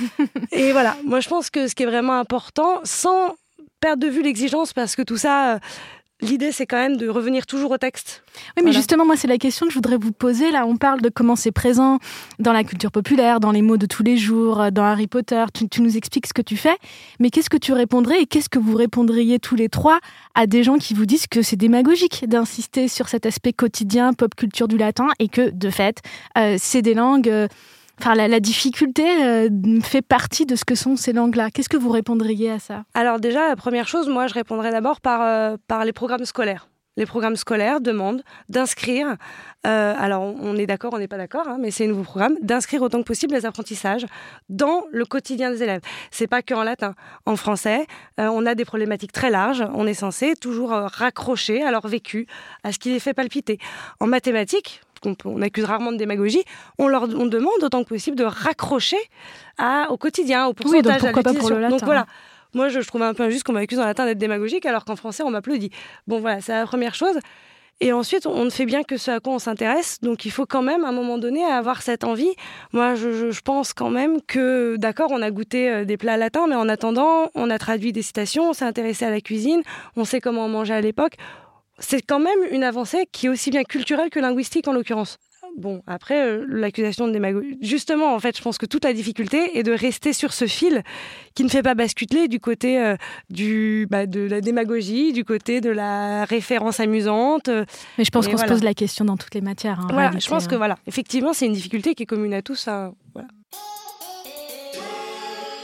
Et voilà. Moi, je pense que ce qui est vraiment important, sans perdre de vue l'exigence, parce que tout ça... Euh, L'idée, c'est quand même de revenir toujours au texte. Oui, mais voilà. Justement, moi, c'est la question que je voudrais vous poser. Là, on parle de comment c'est présent dans la culture populaire, dans les mots de tous les jours, dans Harry Potter. Tu, tu nous expliques ce que tu fais, mais qu'est-ce que tu répondrais et qu'est-ce que vous répondriez tous les trois à des gens qui vous disent que c'est démagogique d'insister sur cet aspect quotidien, pop culture du latin, et que, de fait, euh, c'est des langues... Euh, Enfin, la, la difficulté euh, fait partie de ce que sont ces langues-là. Qu'est-ce que vous répondriez à ça ? Alors déjà, la première chose, moi, je répondrais d'abord par, euh, par les programmes scolaires. Les programmes scolaires demandent d'inscrire, euh, alors on est d'accord, on n'est pas d'accord, hein, mais c'est un nouveau programme, d'inscrire autant que possible les apprentissages dans le quotidien des élèves. C'est pas qu'en latin. En français, euh, on a des problématiques très larges. On est censé toujours euh, raccrocher à leur vécu, à ce qui les fait palpiter. En mathématiques, qu'on on accuse rarement de démagogie, on leur on demande autant que possible de raccrocher à, au quotidien, au pourcentage, oui, donc pourquoi à l'utilisation. Pas pour le latin. Donc voilà. Moi, je, je trouvais un peu injuste qu'on m'accuse en latin d'être démagogique, alors qu'en français, on m'applaudit. Bon, voilà, c'est la première chose. Et ensuite, on ne fait bien que ce à quoi on s'intéresse. Donc, il faut quand même, à un moment donné, avoir cette envie. Moi, je, je, je pense quand même que, d'accord, on a goûté des plats latins, mais en attendant, on a traduit des citations, on s'est intéressé à la cuisine, on sait comment on mangeait à l'époque. C'est quand même une avancée qui est aussi bien culturelle que linguistique, en l'occurrence. Bon, après, euh, l'accusation de démagogie... Justement, en fait, je pense que toute la difficulté est de rester sur ce fil qui ne fait pas basculer du côté euh, du, bah, de la démagogie, du côté de la référence amusante. Euh, Mais je pense qu'on voilà. se pose la question dans toutes les matières. Hein, voilà, réalité, je pense hein. que, voilà, effectivement, c'est une difficulté qui est commune à tous. Hein, voilà.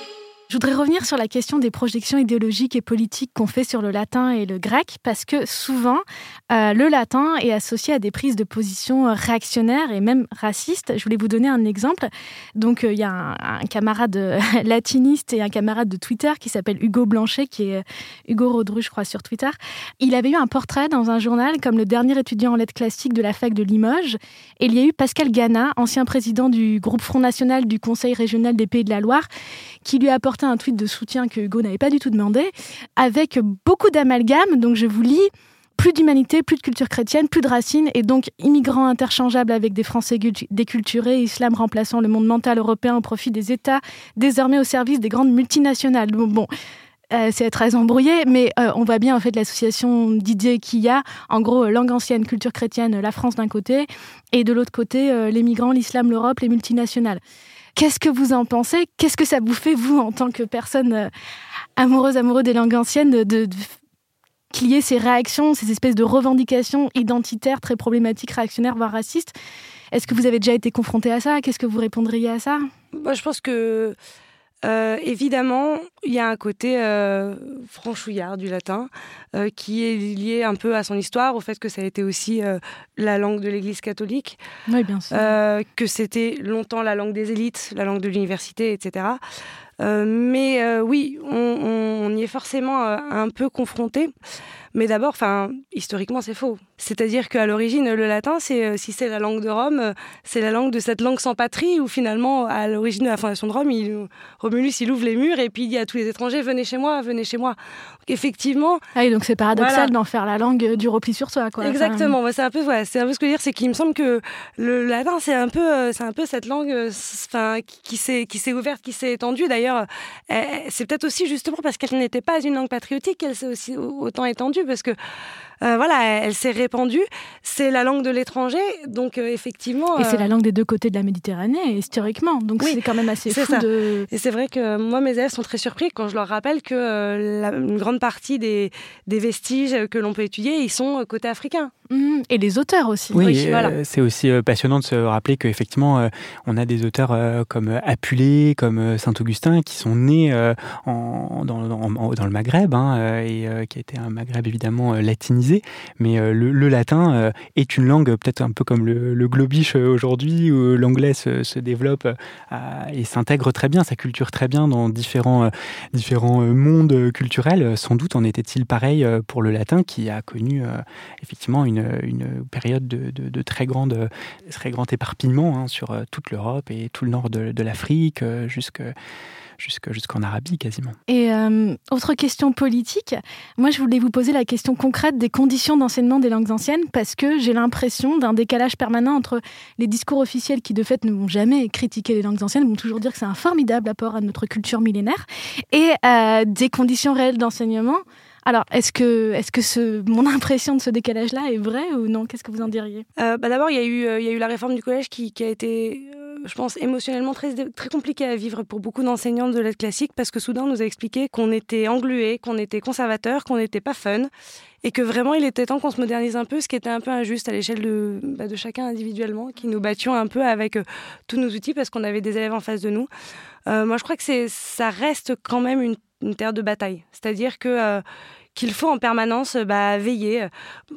Je voudrais revenir sur la question des projections idéologiques et politiques qu'on fait sur le latin et le grec, parce que souvent, euh, le latin est associé à des prises de position réactionnaires et même racistes. Je voulais vous donner un exemple. Donc, il euh, y a un, un camarade latiniste et un camarade de Twitter qui s'appelle Hugo Blanchet, qui est Hugo Rodru, je crois, sur Twitter. Il avait eu un portrait dans un journal comme le dernier étudiant en lettres classiques de la fac de Limoges. Et il y a eu Pascal Gana, ancien président du groupe Front National du Conseil régional des Pays de la Loire, qui lui a apporté un tweet de soutien que Hugo n'avait pas du tout demandé, avec beaucoup d'amalgames. Donc je vous lis: plus d'humanité, plus de culture chrétienne, plus de racines, et donc immigrants interchangeables avec des Français déculturés, islam remplaçant le monde mental européen au profit des États, désormais au service des grandes multinationales. Bon, bon euh, c'est très embrouillé, mais euh, on voit bien en fait l'association d'idées qu'il y a. En gros, langue ancienne, culture chrétienne, la France d'un côté, et de l'autre côté, euh, les migrants, l'islam, l'Europe, les multinationales. Qu'est-ce que vous en pensez ? Qu'est-ce que ça vous fait, vous, en tant que personne euh, amoureuse, amoureux des langues anciennes, de, de, de, qu'il y ait ces réactions, ces espèces de revendications identitaires très problématiques, réactionnaires, voire racistes ? Est-ce que vous avez déjà été confronté à ça ? Qu'est-ce que vous répondriez à ça ? Moi, je pense que, euh, évidemment, il y a un côté euh, franchouillard du latin euh, qui est lié un peu à son histoire, au fait que ça a été aussi euh, la langue de l'Église catholique. Oui, bien sûr. Euh, que c'était longtemps la langue des élites, la langue de l'université, et cetera. Euh, mais euh, oui, on, on, on y est forcément euh, un peu confronté. Mais d'abord, enfin, historiquement, c'est faux. C'est-à-dire qu'à l'origine, le latin, c'est, si c'est la langue de Rome, c'est la langue de cette langue sans patrie, où finalement, à l'origine de la fondation de Rome, il, Romulus, il ouvre les murs et puis il dit à tous les étrangers, venez chez moi, venez chez moi. Donc, effectivement... Ah oui, donc c'est paradoxal voilà. d'en faire la langue du repli sur soi, quoi. Exactement, enfin... c'est, un peu, ouais, c'est un peu ce que je veux dire, c'est qu'il me semble que le latin, c'est un peu, c'est un peu cette langue enfin, qui, qui, s'est, qui s'est ouverte, qui s'est étendue. D'ailleurs, c'est peut-être aussi justement parce qu'elle n'était pas une langue patriotique qu'elle s'est aussi autant étendue, parce que euh, voilà, elle, elle s'est répandue. C'est la langue de l'étranger, donc euh, effectivement. Et c'est euh... la langue des deux côtés de la Méditerranée, historiquement. Donc oui, c'est quand même assez c'est fou ça. de. Et c'est vrai que moi, mes élèves sont très surpris quand je leur rappelle que euh, la, une grande partie des, des vestiges que l'on peut étudier, ils sont côté africain. Mmh, et les auteurs aussi. Oui, oui euh, voilà. C'est aussi euh, passionnant de se rappeler qu'effectivement, euh, on a des auteurs euh, comme Apulée, comme euh, Saint-Augustin, qui sont nés euh, en, dans, dans, dans le Maghreb, hein, euh, et euh, qui a été un Maghreb évidemment euh, latinisé. Mais euh, le, le latin euh, est une langue peut-être un peu comme le, le globish aujourd'hui, où l'anglais se, se développe euh, et s'intègre très bien, sa culture très bien dans différents, euh, différents euh, mondes culturels. Sans doute en était-il pareil euh, pour le latin, qui a connu euh, effectivement une Une, une période de, de, de très, grande, très grand éparpillement hein, sur toute l'Europe et tout le nord de, de l'Afrique, jusque, jusque, jusqu'en Arabie quasiment. Et euh, autre question politique, moi je voulais vous poser la question concrète des conditions d'enseignement des langues anciennes, parce que j'ai l'impression d'un décalage permanent entre les discours officiels qui de fait ne vont jamais critiquer les langues anciennes, vont toujours dire que c'est un formidable apport à notre culture millénaire, et euh, des conditions réelles d'enseignement. Alors, est-ce que, est-ce que ce, mon impression de ce décalage-là est vraie ou non ? Qu'est-ce que vous en diriez ? euh, bah D'abord, il y a eu, euh, il y a eu la réforme du collège qui, qui a été, euh, je pense, émotionnellement très, très compliquée à vivre pour beaucoup d'enseignants de lettres classiques, parce que soudain, on nous a expliqué qu'on était englués, qu'on était conservateurs, qu'on n'était pas fun, et que vraiment, il était temps qu'on se modernise un peu, ce qui était un peu injuste à l'échelle de, bah, de chacun individuellement, qui nous battions un peu avec euh, tous nos outils, parce qu'on avait des élèves en face de nous. Euh, moi, je crois que c'est, ça reste quand même une, une terre de bataille. C'est-à-dire que... Euh, qu'il faut en permanence bah, veiller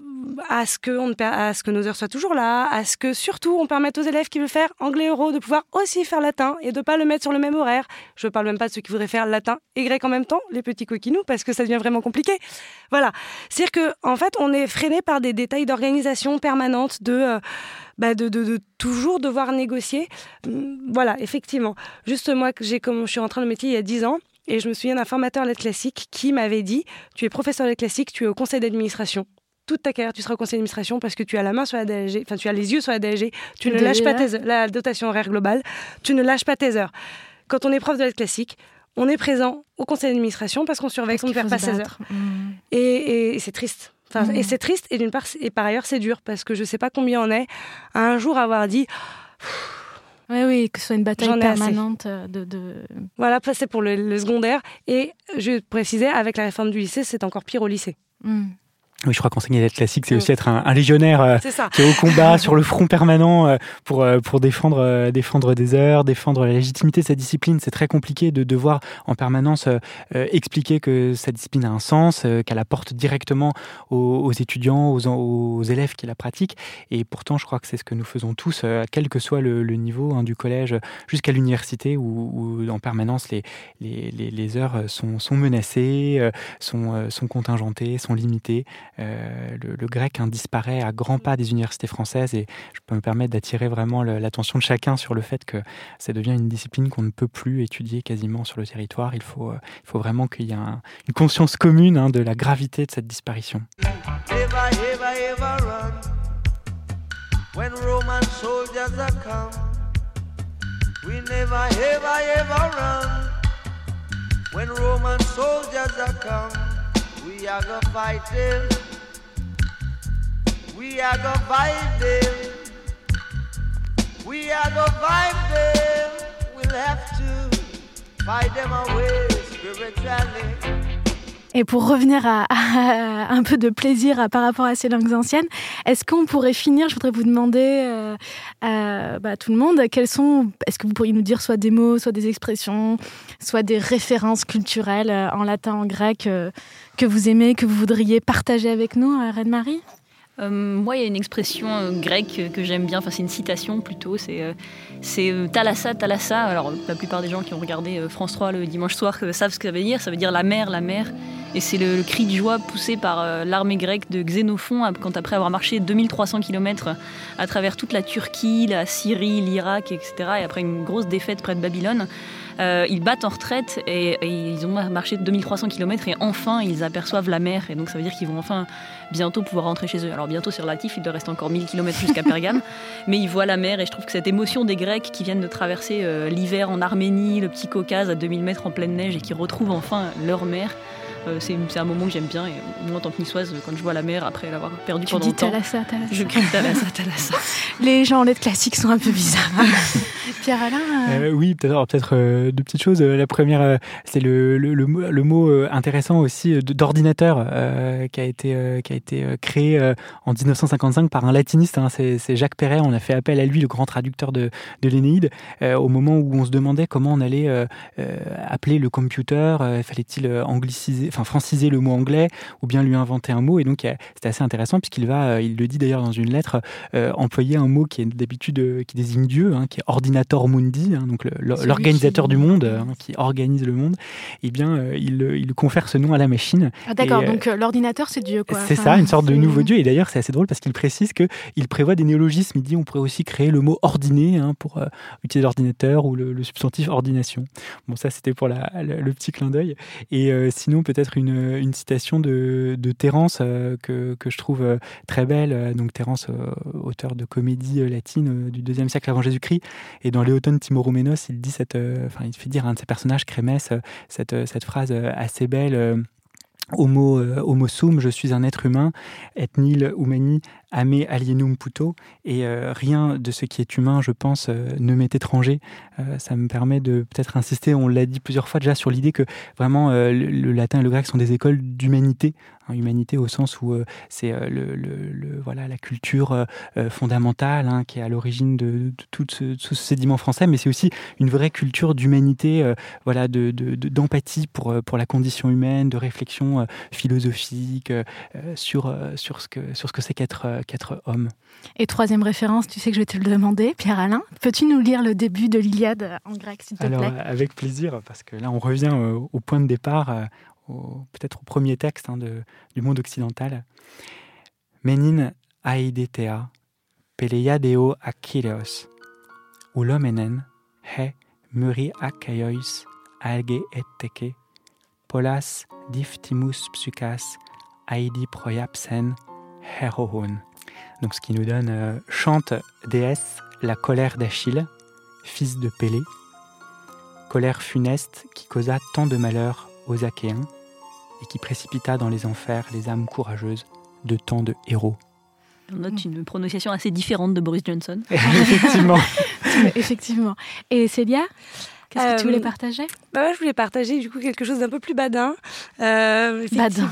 à ce, que on, à ce que nos heures soient toujours là, à ce que surtout on permette aux élèves qui veulent faire anglais-euro de pouvoir aussi faire latin et de ne pas le mettre sur le même horaire. Je ne parle même pas de ceux qui voudraient faire latin et grec en même temps, les petits coquinous, parce que ça devient vraiment compliqué. Voilà. C'est-à-dire qu'en fait, on est freiné par des détails d'organisation permanente, de... Euh, Bah de, de, de toujours devoir négocier. Voilà, effectivement. Juste moi, j'ai, comme je suis rentrée dans le métier il y a dix ans, et je me souviens d'un formateur en lettres classiques qui m'avait dit « Tu es professeur de lettres classiques, tu es au conseil d'administration. Toute ta carrière, tu seras au conseil d'administration parce que tu as la main sur la D L G, enfin tu as les yeux sur la D L G, tu ne lâches pas tes heures, la dotation horaire globale, tu ne lâches pas tes heures. Quand on est prof de lettres classiques, on est présent au conseil d'administration parce qu'on surveille qu'on ne perd pas ses heures. Mmh. Et, et, et c'est triste. Enfin, mmh. Et c'est triste, et d'une part, et par ailleurs, c'est dur, parce que je ne sais pas combien on est à un jour avoir dit... Oui, oui, que ce soit une bataille permanente de, de... Voilà, ça c'est pour le, le secondaire. Et je précisais, avec la réforme du lycée, c'est encore pire au lycée. Mmh. Oui, je crois qu'enseigner l'être classique, c'est aussi être un, un légionnaire euh, C'est qui est au combat, sur le front permanent euh, pour, euh, pour défendre, euh, défendre des heures, défendre la légitimité de sa discipline. C'est très compliqué de devoir en permanence euh, euh, expliquer que sa discipline a un sens, euh, qu'elle apporte directement aux, aux étudiants, aux, aux élèves qui la pratiquent. Et pourtant, je crois que c'est ce que nous faisons tous, euh, quel que soit le, le niveau, hein, du collège jusqu'à l'université, où, où en permanence les, les, les, les heures sont, sont menacées, euh, sont, euh, sont contingentées, sont limitées. Euh, le, le grec hein, disparaît à grands pas des universités françaises et je peux me permettre d'attirer vraiment le, l'attention de chacun sur le fait que ça devient une discipline qu'on ne peut plus étudier quasiment sur le territoire. Il faut, euh, il faut vraiment qu'il y ait un, une conscience commune hein, de la gravité de cette disparition. Ever, ever, ever run. When Roman soldiers are come, we never ever ever run. When Roman soldiers are come, we are gonna fight them. We are gonna fight them. We are gonna fight them. We'll have to fight them away spiritually. Et pour revenir à, à, à un peu de plaisir à, par rapport à ces langues anciennes, est-ce qu'on pourrait finir, je voudrais vous demander euh, à bah, tout le monde, quels sont, est-ce que vous pourriez nous dire soit des mots, soit des expressions, soit des références culturelles euh, en latin, en grec, euh, que vous aimez, que vous voudriez partager avec nous, euh, Reine-Marie ? Euh, moi, il y a une expression euh, grecque que j'aime bien, enfin c'est une citation plutôt, c'est, euh, c'est euh, thalassa, thalassa. Alors la plupart des gens qui ont regardé euh, France trois le dimanche soir euh, savent ce que ça veut dire, ça veut dire la mer, la mer. Et c'est le, le cri de joie poussé par euh, l'armée grecque de Xénophon quand après avoir marché deux mille trois cents kilomètres à travers toute la Turquie, la Syrie, l'Irak, et cetera. Et après une grosse défaite près de Babylone, euh, ils battent en retraite et, et ils ont marché deux mille trois cents kilomètres et enfin ils aperçoivent la mer. Et donc ça veut dire qu'ils vont enfin bientôt pouvoir rentrer chez eux. Alors bientôt c'est relatif, il leur reste encore mille kilomètres jusqu'à Pergame, mais ils voient la mer et je trouve que cette émotion des Grecs qui viennent de traverser euh, l'hiver en Arménie, le petit Caucase à deux mille mètres en pleine neige et qui retrouvent enfin leur mer, euh, c'est, c'est un moment que j'aime bien. Et moi en tant que niçoise, quand je vois la mer après l'avoir perdue tu pendant dis longtemps, thalassa, thalassa. je crie thalassa, thalassa. Les gens en lettres classiques sont un peu bizarres. Pierre-Alain euh... Euh, Oui, peut-être, alors, peut-être euh, deux petites choses. La première, euh, c'est le, le, le, le mot euh, intéressant aussi euh, d'ordinateur euh, qui a été, euh, qui a été euh, créé euh, en dix-neuf cent cinquante-cinq par un latiniste. Hein, c'est, c'est Jacques Perret. On a fait appel à lui, le grand traducteur de, de l'Énéide, euh, au moment où on se demandait comment on allait euh, euh, appeler le computer. Euh, fallait-il euh, angliciser, enfin franciser le mot anglais ou bien lui inventer un mot. Et donc, euh, c'était assez intéressant puisqu'il va, euh, il le dit d'ailleurs dans une lettre, euh, employer un mot qui est d'habitude euh, qui désigne Dieu, hein, qui est ordinator mundi, hein, donc le, le, l'organisateur qui... du monde, hein, qui organise le monde. Eh bien, euh, il, il confère ce nom à la machine. Ah d'accord, et, donc euh, l'ordinateur c'est Dieu, quoi. C'est enfin, ça, une sorte c'est... de nouveau Dieu. Et d'ailleurs, c'est assez drôle parce qu'il précise qu'il prévoit des néologismes. Il dit on pourrait aussi créer le mot ordiné hein, pour euh, utiliser l'ordinateur ou le, le substantif ordination. Bon, ça c'était pour la, le, le petit clin d'œil. Et euh, sinon, peut-être une, une citation de, de Terence euh, que, que je trouve euh, très belle. Donc Terence, euh, auteur de comédie euh, latine euh, du deuxième siècle avant Jésus-Christ. Et dans Léoton Timorouménos, il dit cette, euh, enfin, il fait dire à un de ses personnages, Crémès, euh, cette, euh, cette phrase euh, assez belle. Euh, Homo, euh, homo sum, je suis un être humain, et nil humani ame alienum puto, et euh, rien de ce qui est humain, je pense, euh, ne m'est étranger. Euh, ça me permet de peut-être insister, on l'a dit plusieurs fois déjà, sur l'idée que vraiment euh, le, le latin et le grec sont des écoles d'humanité, hein, humanité au sens où euh, c'est euh, le, le, le, voilà, la culture euh, fondamentale hein, qui est à l'origine de, de tout ce, ce sédiment français, mais c'est aussi une vraie culture d'humanité, euh, voilà, de, de, de, d'empathie pour, pour la condition humaine, de réflexion euh, philosophique euh, sur, euh, sur, ce que, sur ce que c'est qu'être euh, qu'être homme. Et troisième référence, tu sais que je vais te le demander, Pierre-Alain, peux-tu nous lire le début de l'Iliade en grec, s'il te Alors, plaît ? Avec plaisir, parce que là, on revient euh, au point de départ, euh, au, peut-être au premier texte hein, de, du monde occidental. Menin aidetea, peleiadeo achilleos, ulomenen, he muri akaiois, alge et teke, polas diftimus psychas, aidi proiapsen, herohon. Donc ce qui nous donne euh, chante déesse la colère d'Achille, fils de Pélée, colère funeste qui causa tant de malheurs aux Achéens et qui précipita dans les enfers les âmes courageuses de tant de héros. On note une prononciation assez différente de Boris Johnson. Effectivement. Effectivement. Et Célia ? Qu'est-ce que euh, tu voulais partager ? Bah ouais, je voulais partager du coup quelque chose d'un peu plus badin. Euh, badin.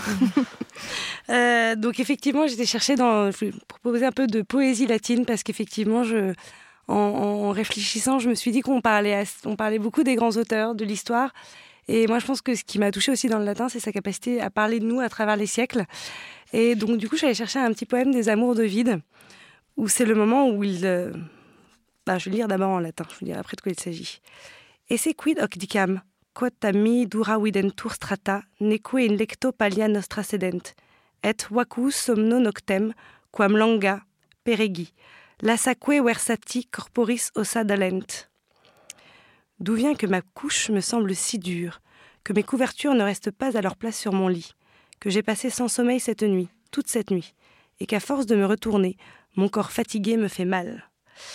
euh, donc effectivement, j'étais chercher dans, je voulais proposer un peu de poésie latine parce qu'effectivement, je, en, en réfléchissant, je me suis dit qu'on parlait, on parlait beaucoup des grands auteurs de l'histoire. Et moi, je pense que ce qui m'a touchée aussi dans le latin, c'est sa capacité à parler de nous à travers les siècles. Et donc, du coup, je suis allée chercher un petit poème des Amours d'Ovide, où c'est le moment où il... Euh... Bah, je vais lire d'abord en latin, je vais dire après de quoi il s'agit. « Esse quid hoc dicam, quod mi dura videntur strata, neque in lecto palia nostra sedent, et vacus somno noctem, quam longa, peregi, lassaque versati corporis ossa dalent. » D'où vient que ma couche me semble si dure, que mes couvertures ne restent pas à leur place sur mon lit, que j'ai passé sans sommeil cette nuit, toute cette nuit, et qu'à force de me retourner, mon corps fatigué me fait mal.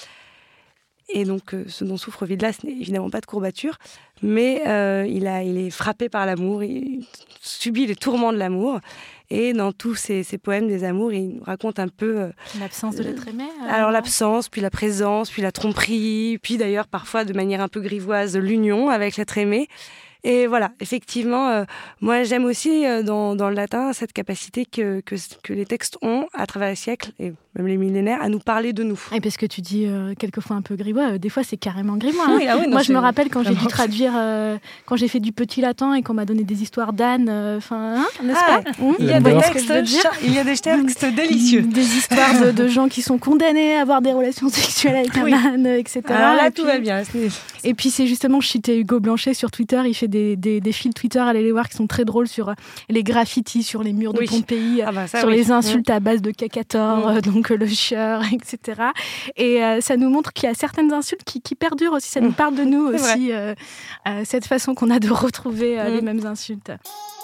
Et donc, euh, ce dont souffre Ovid-là, ce n'est évidemment pas de courbature, mais euh, il, a, il est frappé par l'amour, il subit les tourments de l'amour. Et dans tous ces, ces poèmes des amours, il nous raconte un peu... Euh, l'absence de l'être aimé euh, Alors, l'absence, puis la présence, puis la tromperie, puis d'ailleurs, parfois, de manière un peu grivoise, l'union avec l'être aimé. Et voilà, effectivement, euh, moi j'aime aussi euh, dans, dans le latin cette capacité que, que, que les textes ont à travers les siècles et même les millénaires à nous parler de nous. Et parce que tu dis euh, quelquefois un peu grivois, euh, des fois c'est carrément grivois. Hein. Oui, ah oui, non, moi je me rappelle quand j'ai dû traduire, euh, quand j'ai fait du petit latin et qu'on m'a donné des histoires d'ânes, enfin, euh, hein, n'est-ce ah, pas mmh, il, y a des textes, il y a des textes délicieux. Des histoires de, de gens qui sont condamnés à avoir des relations sexuelles avec un oui. âne, et cetera. Alors là et tout puis, va bien. Et puis c'est justement, je citais Hugo Blanchet sur Twitter, il fait des, des, des fils Twitter, allez les voir, qui sont très drôles sur les graffitis, sur les murs de oui. Pompéi, ah bah ça, sur oui. les insultes mmh. à base de cacator, mmh. donc le chieur, et cetera. Et euh, ça nous montre qu'il y a certaines insultes qui, qui perdurent aussi, ça nous parle de nous aussi, euh, euh, cette façon qu'on a de retrouver euh, mmh. les mêmes insultes.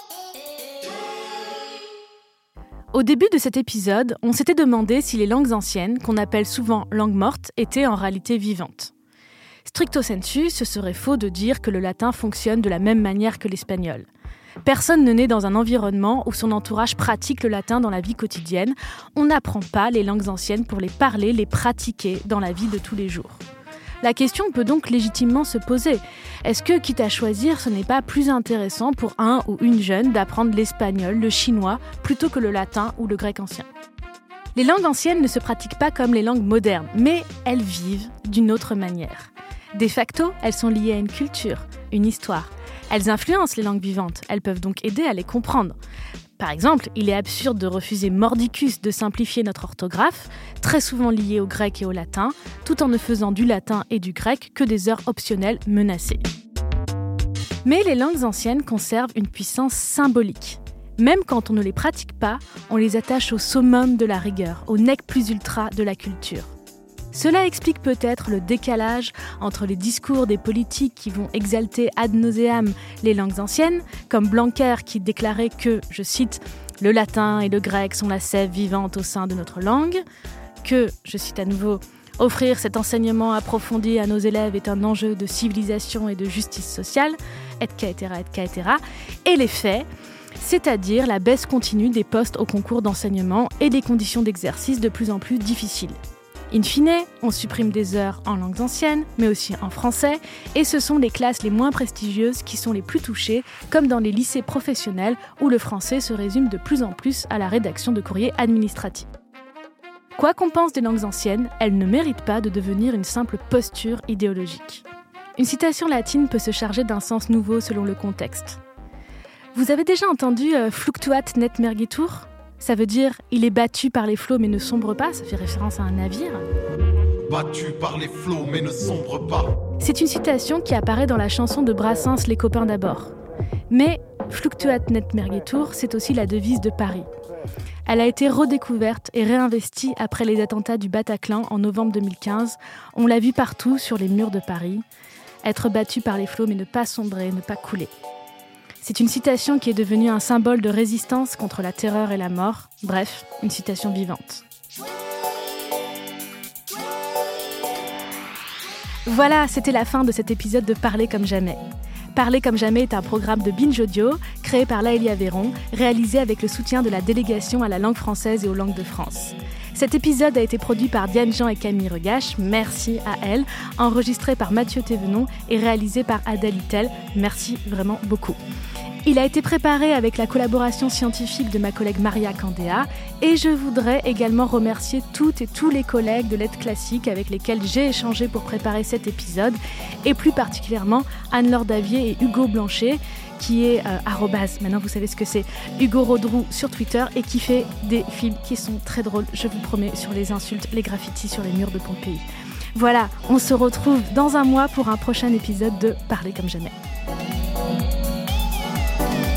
Au début de cet épisode, on s'était demandé si les langues anciennes, qu'on appelle souvent langues mortes, étaient en réalité vivantes. Stricto sensu, ce serait faux de dire que le latin fonctionne de la même manière que l'espagnol. Personne ne naît dans un environnement où son entourage pratique le latin dans la vie quotidienne. On n'apprend pas les langues anciennes pour les parler, les pratiquer dans la vie de tous les jours. La question peut donc légitimement se poser. Est-ce que, quitte à choisir, ce n'est pas plus intéressant pour un ou une jeune d'apprendre l'espagnol, le chinois, plutôt que le latin ou le grec ancien ? Les langues anciennes ne se pratiquent pas comme les langues modernes, mais elles vivent d'une autre manière. De facto, elles sont liées à une culture, une histoire. Elles influencent les langues vivantes, elles peuvent donc aider à les comprendre. Par exemple, il est absurde de refuser mordicus de simplifier notre orthographe, très souvent liée au grec et au latin, tout en ne faisant du latin et du grec que des heures optionnelles menacées. Mais les langues anciennes conservent une puissance symbolique. Même quand on ne les pratique pas, on les attache au summum de la rigueur, au nec plus ultra de la culture. Cela explique peut-être le décalage entre les discours des politiques qui vont exalter ad nauseam les langues anciennes, comme Blanquer qui déclarait que, je cite, « le latin et le grec sont la sève vivante au sein de notre langue », que, je cite à nouveau, « offrir cet enseignement approfondi à nos élèves est un enjeu de civilisation et de justice sociale », et cetera, et cetera. Et les faits, c'est-à-dire la baisse continue des postes au concours d'enseignement et des conditions d'exercice de plus en plus difficiles. In fine, on supprime des heures en langues anciennes, mais aussi en français, et ce sont les classes les moins prestigieuses qui sont les plus touchées, comme dans les lycées professionnels où le français se résume de plus en plus à la rédaction de courriers administratifs. Quoi qu'on pense des langues anciennes, elles ne méritent pas de devenir une simple posture idéologique. Une citation latine peut se charger d'un sens nouveau selon le contexte. Vous avez déjà entendu euh, « fluctuat net mergitur » ? Ça veut dire « il est battu par les flots mais ne sombre pas », ça fait référence à un navire. Battu par les flots mais ne sombre pas. C'est une citation qui apparaît dans la chanson de Brassens « Les copains d'abord ». Mais « fluctuat net mergitur », c'est aussi la devise de Paris. Elle a été redécouverte et réinvestie après les attentats du Bataclan en novembre deux mille quinze. On l'a vu partout sur les murs de Paris. Être battu par les flots mais ne pas sombrer, ne pas couler. C'est une citation qui est devenue un symbole de résistance contre la terreur et la mort. Bref, une citation vivante. Voilà, c'était la fin de cet épisode de Parler comme jamais. Parler comme jamais est un programme de Binge Audio, créé par Laëlia Véron, réalisé avec le soutien de la délégation à la langue française et aux langues de France. Cet épisode a été produit par Diane Jean et Camille Regache, merci à elles, enregistré par Mathieu Thévenon et réalisé par Adèle Itel, merci vraiment beaucoup. Il a été préparé avec la collaboration scientifique de ma collègue Maria Candéa et je voudrais également remercier toutes et tous les collègues de Lettres Classiques avec lesquels j'ai échangé pour préparer cet épisode et plus particulièrement Anne-Laure Davier et Hugo Blanchet qui est euh, arrobase, maintenant vous savez ce que c'est, Hugo Rodrou sur Twitter et qui fait des films qui sont très drôles, je vous promets, sur les insultes, les graffitis sur les murs de Pompéi. Voilà, on se retrouve dans un mois pour un prochain épisode de Parler comme jamais.